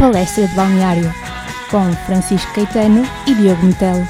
Palestra de Balneário, com Francisco Caetano e Diogo Metelo.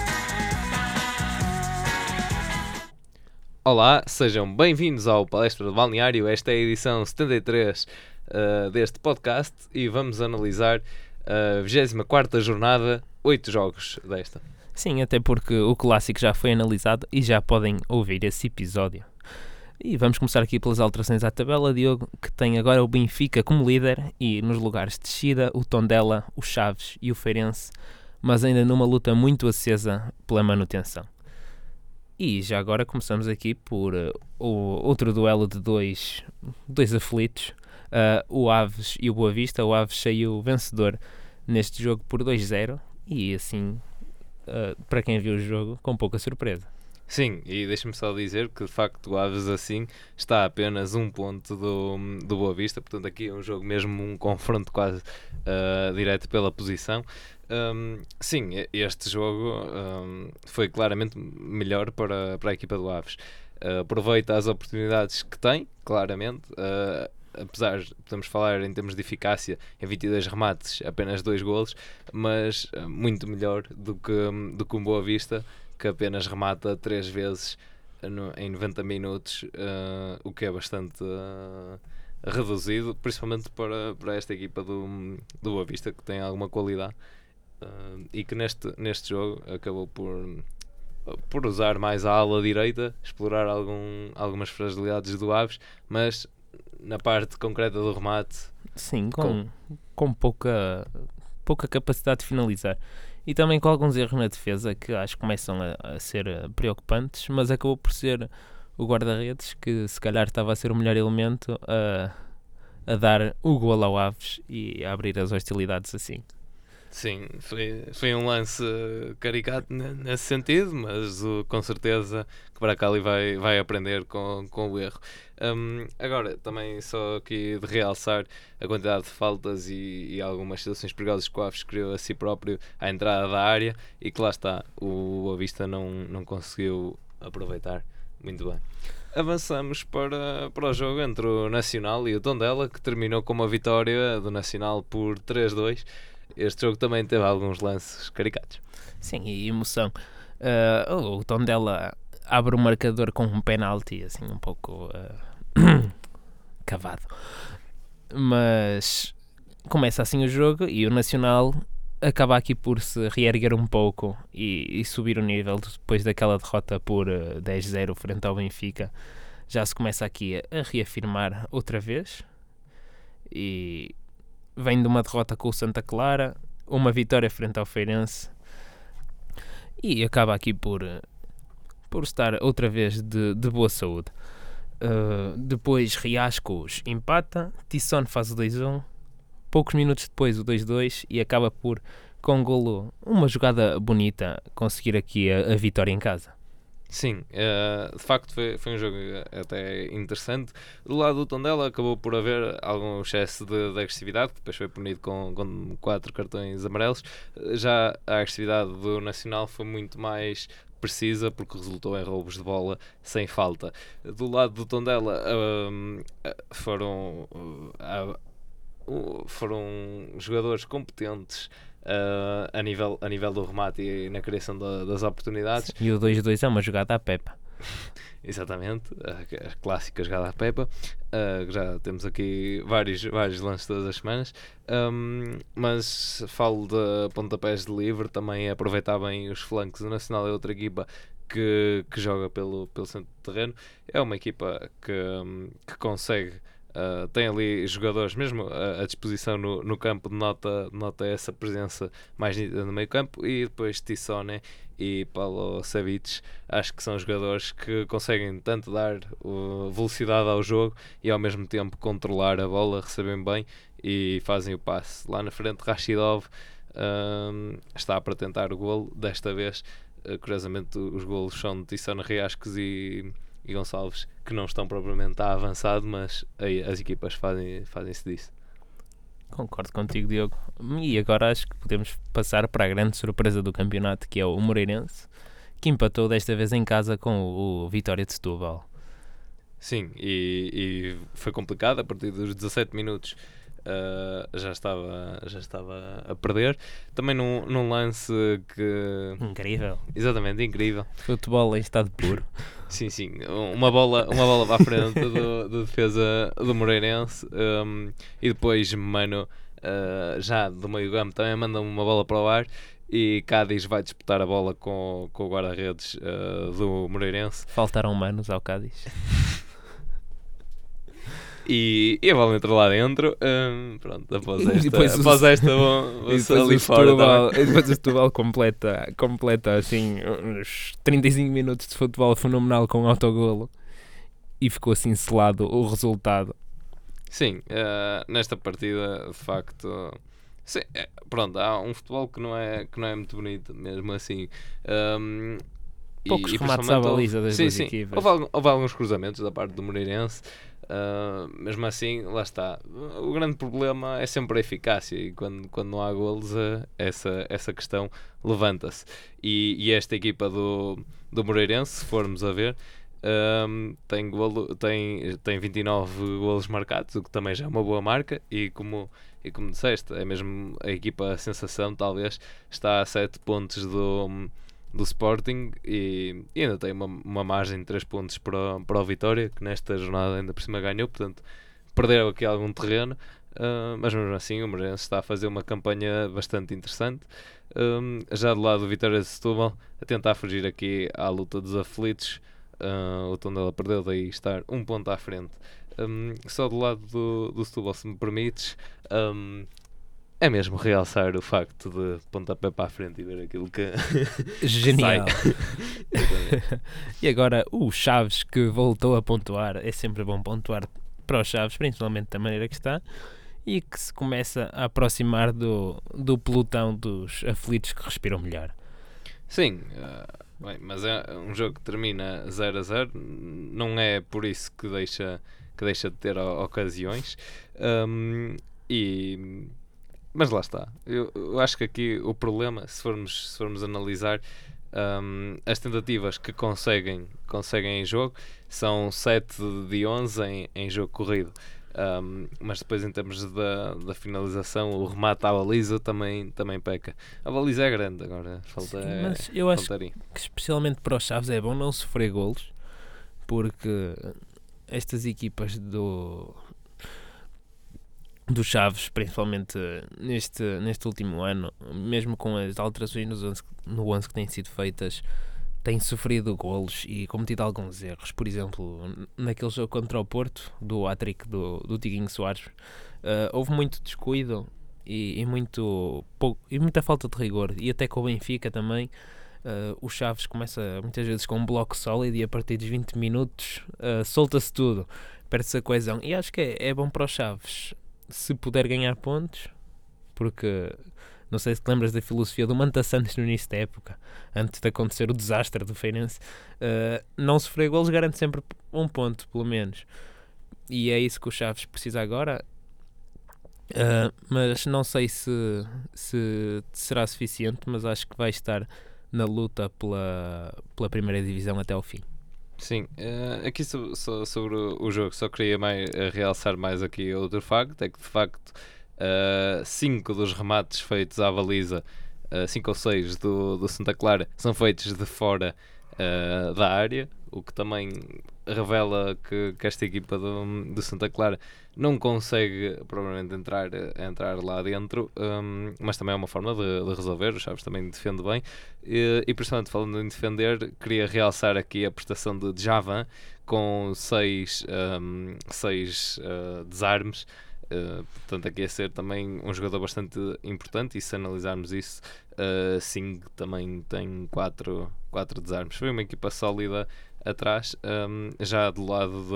Olá, sejam bem-vindos ao Palestra de Balneário. Esta é a edição 73 deste podcast e vamos analisar a 24ª jornada, 8 jogos desta. Sim, até porque o clássico já foi analisado e já podem ouvir esse episódio. E vamos começar aqui pelas alterações à tabela, Diogo, que tem agora o Benfica como líder e nos lugares de descida o Tondela, o Chaves e o Feirense, mas ainda numa luta muito acesa pela manutenção. E já agora começamos aqui por o outro duelo de dois aflitos, o Aves e o Boa Vista. O Aves saiu vencedor neste jogo por 2-0 e assim, para quem viu o jogo, com pouca surpresa. Sim, e deixa-me só dizer que de facto o Aves assim está a apenas um ponto do Boa Vista, portanto aqui é um jogo mesmo, um confronto quase direto pela posição. Sim, este jogo foi claramente melhor para a equipa do Aves. Aproveita as oportunidades que tem, claramente, apesar de podemos falar em termos de eficácia, em 22 remates, apenas 2 golos, mas muito melhor do que um Boa Vista, que apenas remata 3 vezes em 90 minutos, o que é bastante reduzido, principalmente para esta equipa do Boa Vista, que tem alguma qualidade, e que neste jogo acabou por usar mais a ala direita, explorar algumas fragilidades do Aves, mas na parte concreta do remate... Sim, com pouca capacidade de finalizar. E também com alguns erros na defesa que acho que começam a ser preocupantes, mas acabou por ser o guarda-redes que se calhar estava a ser o melhor elemento a dar o golo ao Aves e a abrir as hostilidades assim. Sim, foi um lance caricato nesse sentido, mas com certeza que Bracali vai aprender com o erro. Agora, também só aqui de realçar a quantidade de faltas e algumas situações perigosas que o Aves criou a si próprio à entrada da área e que lá está, o Boa Vista não conseguiu aproveitar muito bem. Avançamos para o jogo entre o Nacional e o Tondela, que terminou com uma vitória do Nacional por 3-2. Este jogo também teve alguns lances caricatos. Sim, e emoção. O Tondela abre o marcador com um penalti assim um pouco cavado. Mas começa assim o jogo e o Nacional acaba aqui por se reerguer um pouco e subir o nível depois daquela derrota por 10-0 frente ao Benfica. Já se começa aqui a reafirmar outra vez e vem de uma derrota com o Santa Clara, uma vitória frente ao Feirense e acaba aqui por estar outra vez de boa saúde. Depois Riascos empata, Tissone faz o 2-1, poucos minutos depois o 2-2 e acaba por, com golo, uma jogada bonita, conseguir aqui a vitória em casa. Sim, de facto foi um jogo até interessante. Do lado do Tondela acabou por haver algum excesso de agressividade, que depois foi punido com 4 cartões amarelos. Já a agressividade do Nacional foi muito mais precisa, porque resultou em roubos de bola sem falta. Do lado do Tondela foram jogadores competentes a nível do remate e na criação das oportunidades. E o 2-2 é uma jogada à Pepa. Exatamente, a clássica jogada à Pepa. Já temos aqui vários lances todas as semanas, mas falo de pontapés de livre, também aproveitar bem os flancos. O Nacional é outra equipa que joga pelo centro do terreno. É uma equipa que consegue, tem ali jogadores mesmo à disposição no campo, nota essa presença mais nítida no meio campo. E depois Tissone e Paulo Savic, acho que são jogadores que conseguem tanto dar velocidade ao jogo e ao mesmo tempo controlar a bola, recebem bem e fazem o passe. Lá na frente Rashidov está para tentar o golo, desta vez curiosamente os golos são de Tissone, Riascos e Gonçalves, que não estão propriamente a avançado, mas aí as equipas fazem-se disso. Concordo contigo, Diogo. E agora acho que podemos passar para a grande surpresa do campeonato, que é o Moreirense, que empatou desta vez em casa com o Vitória de Setúbal. Sim, e foi complicado a partir dos 17 minutos. já estava a perder. Também num lance que... Incrível. Exatamente, incrível. Futebol em estado puro. Sim, uma bola para a frente do defesa do Moreirense, e depois Mano, já do meio campo, também manda uma bola para o ar e Cádiz vai disputar a bola com o guarda-redes do Moreirense. Faltaram manos ao Cádiz. E a bola entra lá dentro. Pronto, após Depois esta vou ali fora. Depois o Setúbal completa assim uns 35 minutos de futebol fenomenal com autogolo e ficou assim selado o resultado. Sim, nesta partida, de facto, sim, pronto, há um futebol que não é muito bonito, mesmo assim. Poucos remates à baliza das duas equipas. Houve alguns cruzamentos da parte do Moreirense. Mesmo assim, lá está. O grande problema é sempre a eficácia, e quando não há golos, essa questão levanta-se. E esta equipa do Moreirense, se formos a ver, tem 29 golos marcados, o que também já é uma boa marca. E como disseste, é mesmo a equipa a sensação, talvez, está a 7 pontos do Sporting e ainda tem uma margem de 3 pontos para o Vitória, que nesta jornada ainda por cima ganhou, portanto perderam aqui algum terreno, mas mesmo assim o Moreirense está a fazer uma campanha bastante interessante. Já do lado do Vitória de Setúbal, a tentar fugir aqui à luta dos aflitos, o Tondela perdeu, daí estar um ponto à frente. Só do lado do Setúbal, se me permites, é mesmo realçar o facto de pontapé para a frente e ver aquilo que genial. E agora o Chaves, que voltou a pontuar. É sempre bom pontuar para os Chaves, principalmente da maneira que está, e que se começa a aproximar do pelotão dos aflitos que respiram melhor. Sim, bem, mas é um jogo que termina 0-0, não é por isso que deixa de ter ocasiões, mas lá está. Eu acho que aqui o problema, se formos analisar, as tentativas que conseguem em jogo são 7 de 11 em jogo corrido. Mas depois, em termos da finalização, o remate à baliza também peca. A baliza é grande, agora falta. Sim, mas eu acho que especialmente para os Chaves é bom não sofrer golos, porque estas equipas do Chaves, principalmente neste último ano, mesmo com as alterações no 11 que têm sido feitas, têm sofrido golos e cometido alguns erros. Por exemplo, naquele jogo contra o Porto, do hat-trick do Tiquinho Soares, houve muito descuido e muita falta de rigor. E até com o Benfica também, o Chaves começa muitas vezes com um bloco sólido e a partir dos 20 minutos solta-se tudo, perde-se a coesão. E acho que é bom para os Chaves, se puder ganhar pontos, porque não sei se te lembras da filosofia do Manta Santos no início da época, antes de acontecer o desastre do Feirense, não sofrer golos garante sempre um ponto, pelo menos, e é isso que o Chaves precisa agora. Mas não sei se será suficiente, mas acho que vai estar na luta pela primeira divisão até ao fim. Sim, aqui sobre o jogo só queria realçar mais aqui outro facto, é que de facto 5 dos remates feitos à baliza, 5 ou 6 do Santa Clara, são feitos de fora da área, o que também revela que esta equipa do Santa Clara não consegue provavelmente entrar lá dentro, mas também é uma forma de resolver. O Chaves também defende bem, e principalmente falando em defender, queria realçar aqui a prestação de Djavan com 6 desarmes. Portanto, aqui a ser também um jogador bastante importante, e se analisarmos isso, Singh também tem 4 desarmes. Foi uma equipa sólida atrás. Já do lado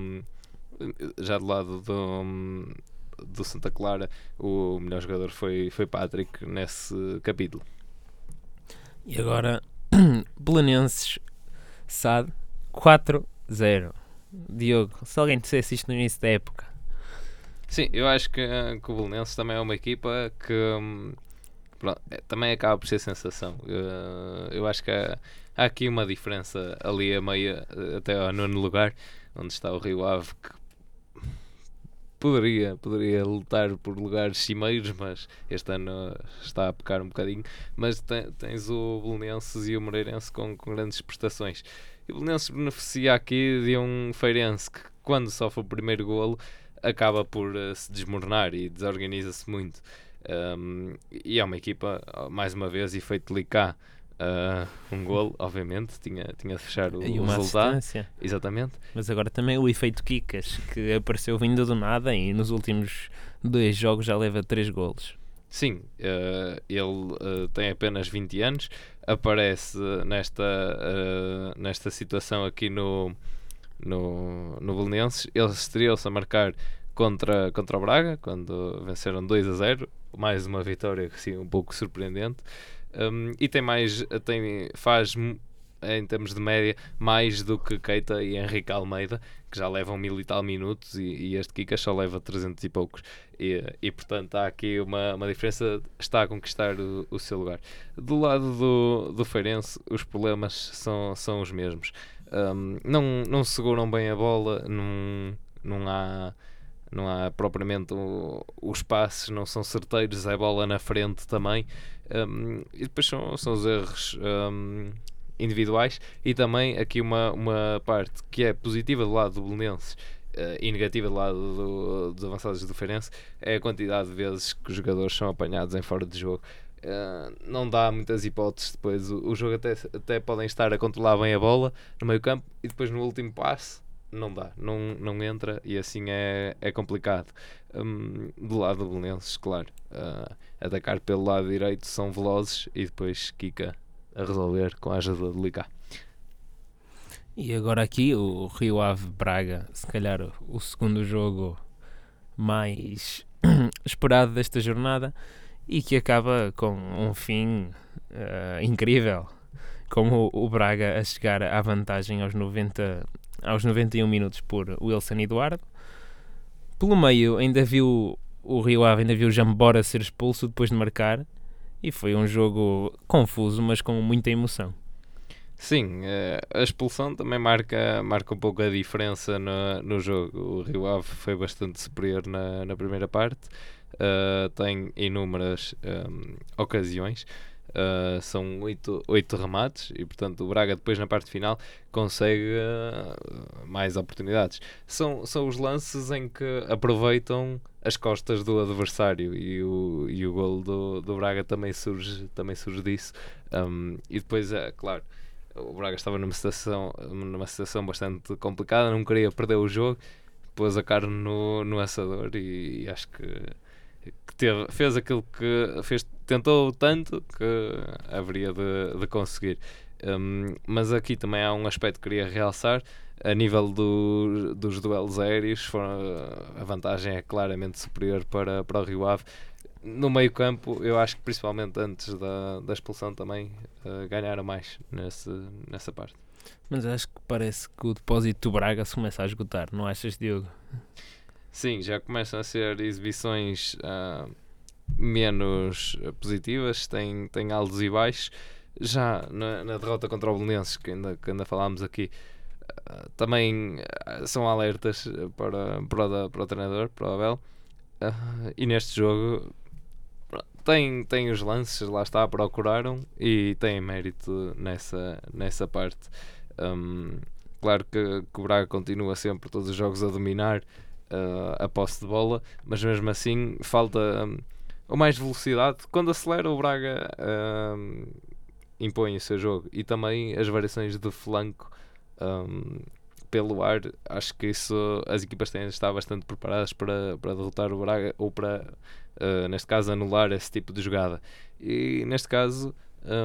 do Santa Clara, o melhor jogador foi Patrick nesse capítulo. E agora Belenenses SAD 4-0. Diogo, se alguém dissesse isto no início da época. Sim, eu acho que o Belenenses também é uma equipa que também acaba por ser sensação. Eu acho que há aqui uma diferença ali a meia, até ao 9º lugar, onde está o Rio Ave, que poderia lutar por lugares cimeiros, mas este ano está a pecar um bocadinho. Mas tens o Belenenses e o Moreirense com grandes prestações. E o Belenenses beneficia aqui de um Feirense que, quando sofre o primeiro golo, acaba por se desmoronar e desorganiza-se muito. E é uma equipa, mais uma vez, efeito Licá, um golo, obviamente, tinha de fechar o E uma resultado. assistência. Exatamente. Mas agora também o efeito Kikas, que apareceu vindo do nada e nos últimos 2 jogos já leva 3 golos. Sim, ele tem apenas 20 anos, aparece nesta situação aqui no Belenenses. Ele estreou-se a marcar contra o Braga, quando venceram 2-0, mais uma vitória sim, um pouco surpreendente. E faz em termos de média mais do que Keita e Henrique Almeida, que já levam 1000 e tal minutos, e este Kikas só leva 300 e poucos, e portanto há aqui uma diferença, está a conquistar o seu lugar. Do lado do Feirense, os problemas são os mesmos. Não seguram bem a bola, não há propriamente os passes, não são certeiros, é bola na frente também. E depois são os erros individuais, e também aqui uma parte que é positiva do lado do Belenenses e negativa do lado dos avançados do Feirense, é a quantidade de vezes que os jogadores são apanhados em fora de jogo. Não dá muitas hipóteses depois. O jogo até podem estar a controlar bem a bola no meio campo, e depois no último passe não dá, não entra, e assim é complicado. Do lado do Belenenses, claro, atacar pelo lado direito são velozes, e depois Kika a resolver com a ajuda de Licá. E agora aqui o Rio Ave Braga, se calhar o segundo jogo mais esperado desta jornada, e que acaba com um fim incrível, com o Braga a chegar à vantagem aos 91 minutos por Wilson Eduardo. Pelo meio o Rio Ave ainda viu o Jambora ser expulso depois de marcar, e foi um jogo confuso, mas com muita emoção. Sim, a expulsão também marca um pouco a diferença no jogo. O Rio Ave foi bastante superior na primeira parte, tem inúmeras ocasiões, são 8 remates, e portanto o Braga depois na parte final consegue mais oportunidades. São os lances em que aproveitam as costas do adversário, e o golo do Braga também surge disso. E depois, claro, o Braga estava numa situação bastante complicada, não queria perder o jogo, pôs a carne no assador, e acho que fez aquilo que fez, tentou tanto que haveria de conseguir. Mas aqui também há um aspecto que queria realçar. A nível dos duelos aéreos, a vantagem é claramente superior para o Rio Ave. No meio campo, eu acho que principalmente antes da expulsão também ganharam mais nessa parte. Mas acho que parece que o depósito do Braga se começa a esgotar, não achas, Diogo? Sim, já começam a ser exibições menos positivas, tem altos e baixos. Já na derrota contra o Belenenses, que ainda falámos aqui, também são alertas para o treinador, para o Abel. E neste jogo tem os lances, lá está, procuraram, e tem mérito nessa parte. Claro que o Braga continua sempre todos os jogos a dominar a posse de bola, mas mesmo assim falta ou mais velocidade. Quando acelera, o Braga impõe o seu jogo, e também as variações de flanco pelo ar. Acho que isso as equipas têm de estar bastante preparadas para derrotar o Braga, ou para neste caso anular esse tipo de jogada. E neste caso,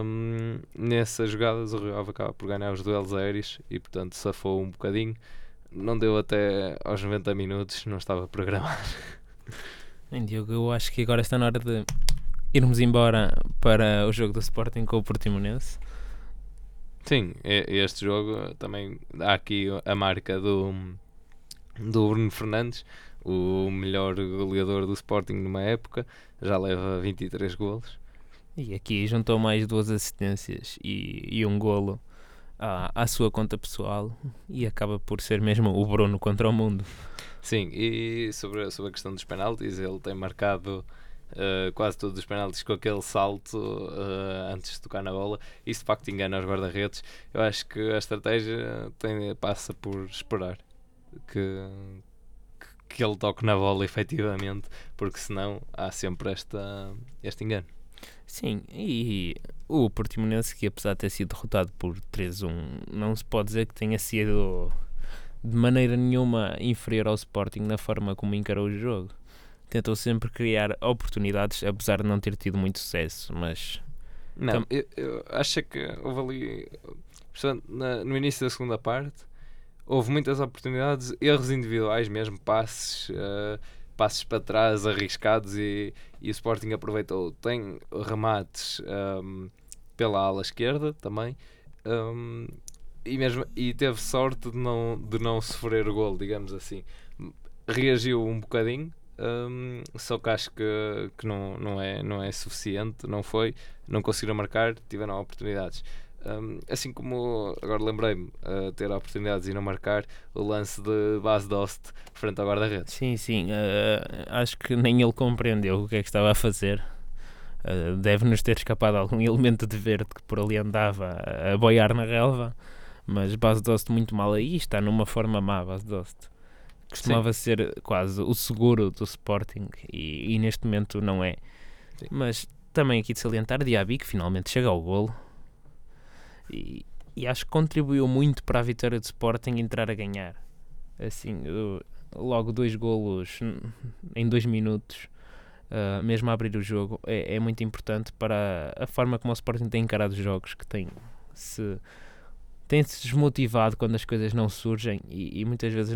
nessas jogadas, o Rio Ave acaba por ganhar os duelos aéreos, e portanto safou um bocadinho. Não deu até aos 90 minutos, não estava programado. Bem, Diogo, eu acho que agora está na hora de irmos embora para o jogo do Sporting com o Portimonense. Sim, este jogo também há aqui a marca do Bruno Fernandes, o melhor goleador do Sporting numa época, já leva 23 golos. E aqui juntou mais 2 assistências e um golo à sua conta pessoal, e acaba por ser mesmo o Bruno contra o mundo. Sim, e sobre a questão dos penaltis, ele tem marcado quase todos os penaltis com aquele salto antes de tocar na bola. Isso de facto engana os guarda-redes. Eu acho que a estratégia passa por esperar que ele toque na bola efetivamente, porque senão há sempre este engano. Sim, e o Portimonense, que apesar de ter sido derrotado por 3-1, não se pode dizer que tenha sido de maneira nenhuma inferior ao Sporting na forma como encarou o jogo. Tentou sempre criar oportunidades, apesar de não ter tido muito sucesso, mas... Não, eu acho que houve ali, portanto, no início da segunda parte, houve muitas oportunidades, erros individuais mesmo, passes para trás, arriscados, e o Sporting aproveitou. Tem remates pela ala esquerda também, e teve sorte de não sofrer o gol, digamos assim. Reagiu um bocadinho, só que acho que não é suficiente, não conseguiram marcar, tiveram oportunidades. Assim como agora lembrei-me ter oportunidades e não marcar, o lance de Bas Dost frente ao guarda-redes. Sim, acho que nem ele compreendeu o que é que estava a fazer. Deve-nos ter escapado algum elemento de verde que por ali andava a boiar na relva, mas Bas Dost muito mal aí, está numa forma má. Bas Dost costumava ser quase o seguro do Sporting e neste momento não é. Sim. Mas também aqui de salientar Diaby, que finalmente chega ao golo, e acho que contribuiu muito para a vitória do Sporting entrar a ganhar. Assim, logo 2 golos em 2 minutos, mesmo a abrir o jogo, é muito importante para a forma como o Sporting tem encarado os jogos, que tem-se desmotivado quando as coisas não surgem e muitas vezes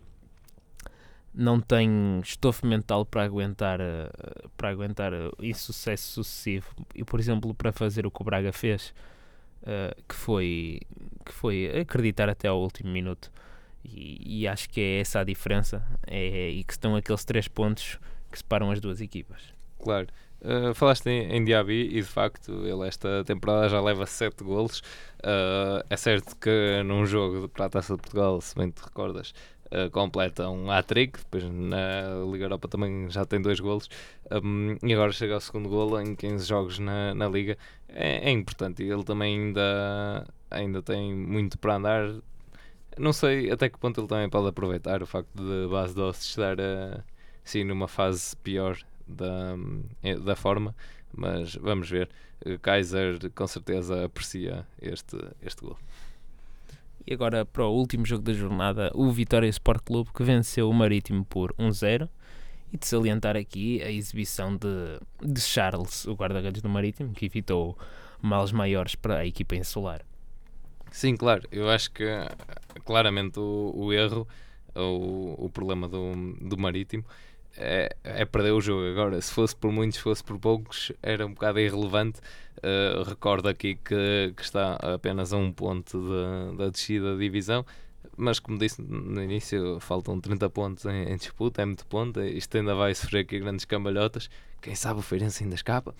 não tem estofo mental para aguentar insucesso sucessivo. E, por exemplo, para fazer o que o Braga fez, que foi acreditar até ao último minuto, e acho que é essa a diferença, e que estão aqueles 3 pontos que separam as duas equipas. Claro. Falaste em Diaby e de facto ele esta temporada já leva 7 golos. É certo que num jogo para a Taça de Portugal, se bem te recordas, completa um hat-trick, depois na Liga Europa também já tem 2 golos, e agora chega ao segundo golo em 15 jogos na Liga. É importante, e ele também ainda tem muito para andar. Não sei até que ponto ele também pode aproveitar o facto de Bas Dost estar sim, numa fase pior da forma, mas vamos ver. Kaiser com certeza aprecia este gol. E agora para o último jogo da jornada, o Vitória Sport Clube, que venceu o Marítimo por 1-0, e de salientar aqui a exibição de Charles, o guarda-redes do Marítimo, que evitou males maiores para a equipa insular. Sim, claro, eu acho que claramente o erro, o problema do Marítimo é perder o jogo. Agora, se fosse por muitos, se fosse por poucos, era um bocado irrelevante. Recordo aqui que está apenas a 1 ponto da descida da divisão, mas como disse no início, faltam 30 pontos em disputa, é muito ponto, isto ainda vai sofrer aqui grandes cambalhotas, quem sabe o Feirense ainda escapa.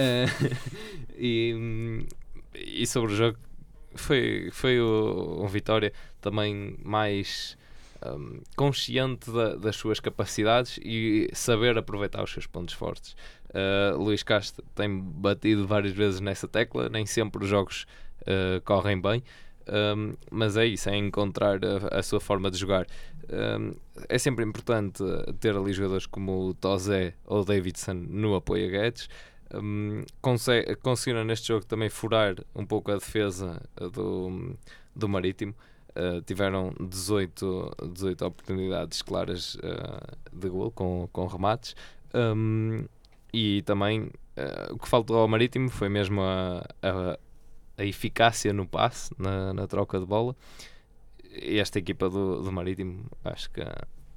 E sobre o jogo, foi um Vitória também mais consciente das suas capacidades e saber aproveitar os seus pontos fortes. Luís Castro tem batido várias vezes nessa tecla, nem sempre os jogos correm bem, mas é isso, é encontrar a sua forma de jogar. É sempre importante ter ali jogadores como o Tozé ou o Davidson no apoio a Guedes. Conseguiram neste jogo também furar um pouco a defesa do Marítimo. Tiveram 18 oportunidades claras de gol com remates, e também o que faltou ao Marítimo foi mesmo a eficácia no passe, na troca de bola. E esta equipa do Marítimo, acho que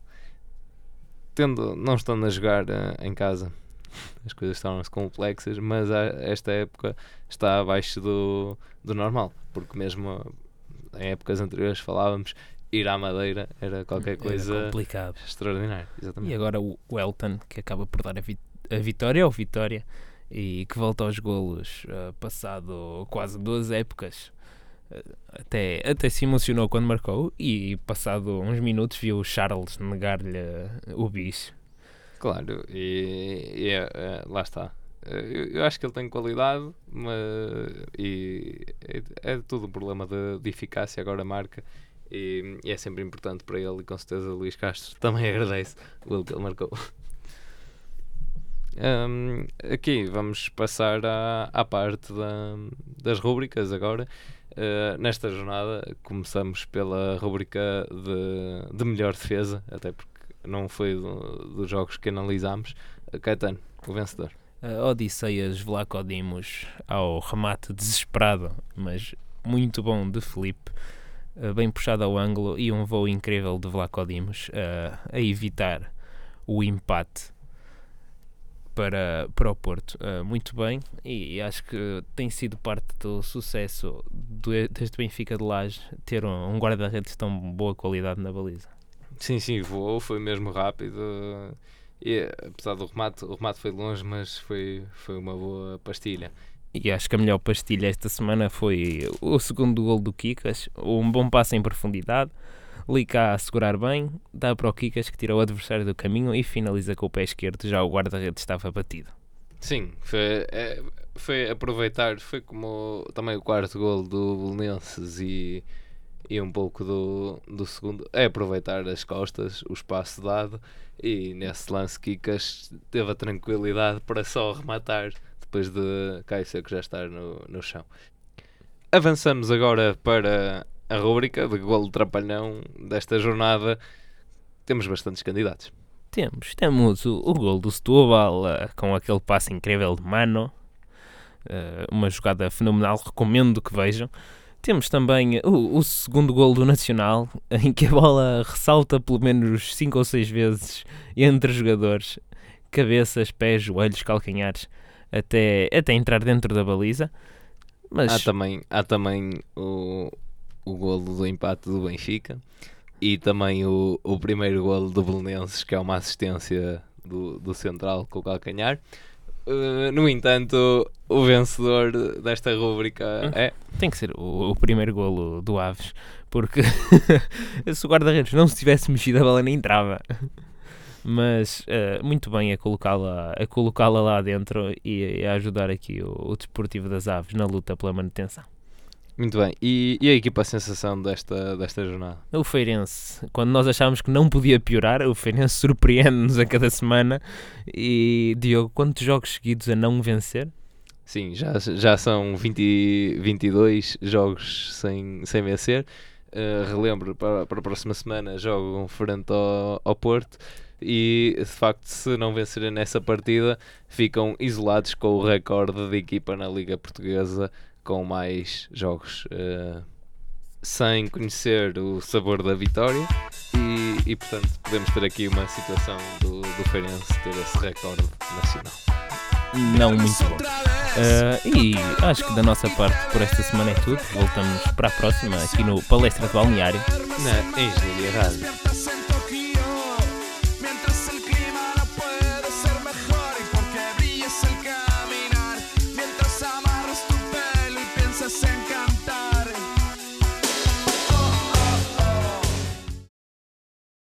não estando a jogar em casa, as coisas tornam-se complexas, mas esta época está abaixo do normal, porque mesmo em épocas anteriores falávamos ir à Madeira era qualquer coisa complicado, extraordinária. Exatamente. E agora o Elton, que acaba por dar a vitória ao Vitória e que volta aos golos passado quase 2 épocas, Até se emocionou quando marcou e passado uns minutos viu o Charles negar-lhe o bicho. Claro, lá está. Eu acho que ele tem qualidade, e é tudo um problema de eficácia. Agora marca e é sempre importante para ele, e com certeza o Luís Castro também agradece o gol que ele marcou. Aqui vamos passar à parte das rúbricas agora. Nesta jornada começamos pela rúbrica de melhor defesa, até porque não foi dos jogos que analisámos. Caetano, o vencedor. Odisseias Vlaco Dimos ao remate desesperado, mas muito bom de Filipe, bem puxado ao ângulo, e um voo incrível de Vlaco Dimos a evitar o empate para o Porto. Muito bem, e acho que tem sido parte do sucesso deste Benfica de Laje ter um guarda-redes tão boa qualidade na baliza. Sim, voou, foi mesmo rápido. E, apesar do remate, o remate foi longe, mas foi uma boa pastilha. E acho que a melhor pastilha esta semana foi o segundo gol do Kikas, um bom passe em profundidade, Lica a segurar bem, dá para o Kikas, que tira o adversário do caminho e finaliza com o pé esquerdo. Já o guarda-redes estava batido. Sim, foi aproveitar, foi como também o quarto gol do Belenenses e um pouco do segundo, é aproveitar as costas, o espaço dado, e nesse lance Kikas teve a tranquilidade para só rematar depois de Caio Seco já estar no chão. Avançamos agora para a rúbrica de golo de trapalhão desta jornada. Temos bastantes candidatos. Temos o gol do Setúbal com aquele passe incrível de Mano, uma jogada fenomenal, recomendo que vejam. Temos também o segundo gol do Nacional, em que a bola ressalta pelo menos 5 ou 6 vezes entre jogadores, cabeças, pés, joelhos, calcanhares, até entrar dentro da baliza. Mas há também o golo do empate do Benfica e também o primeiro golo do Belenenses, que é uma assistência do central com o calcanhar. No entanto, o vencedor desta rúbrica tem que ser o primeiro golo do Aves, porque se o guarda-redes não se tivesse mexido, a bola nem entrava. Mas muito bem a colocá-la lá dentro e a ajudar aqui o Desportivo das Aves na luta pela manutenção. Muito bem. E a equipa sensação desta jornada? O Feirense, quando nós achávamos que não podia piorar, o Feirense surpreende-nos a cada semana. E Diogo, quantos jogos seguidos a não vencer? Sim, já são 22 jogos sem vencer. Relembro, para a próxima semana jogam frente ao Porto. E de facto, se não vencerem nessa partida, ficam isolados com o recorde de equipa na Liga Portuguesa, com mais jogos sem conhecer o sabor da vitória, e portanto podemos ter aqui uma situação do Feirense ter esse recorde nacional. Não muito bom. E acho que da nossa parte por esta semana é tudo. Voltamos para a próxima aqui no Palestra de Balneário na Engenharia Rádio.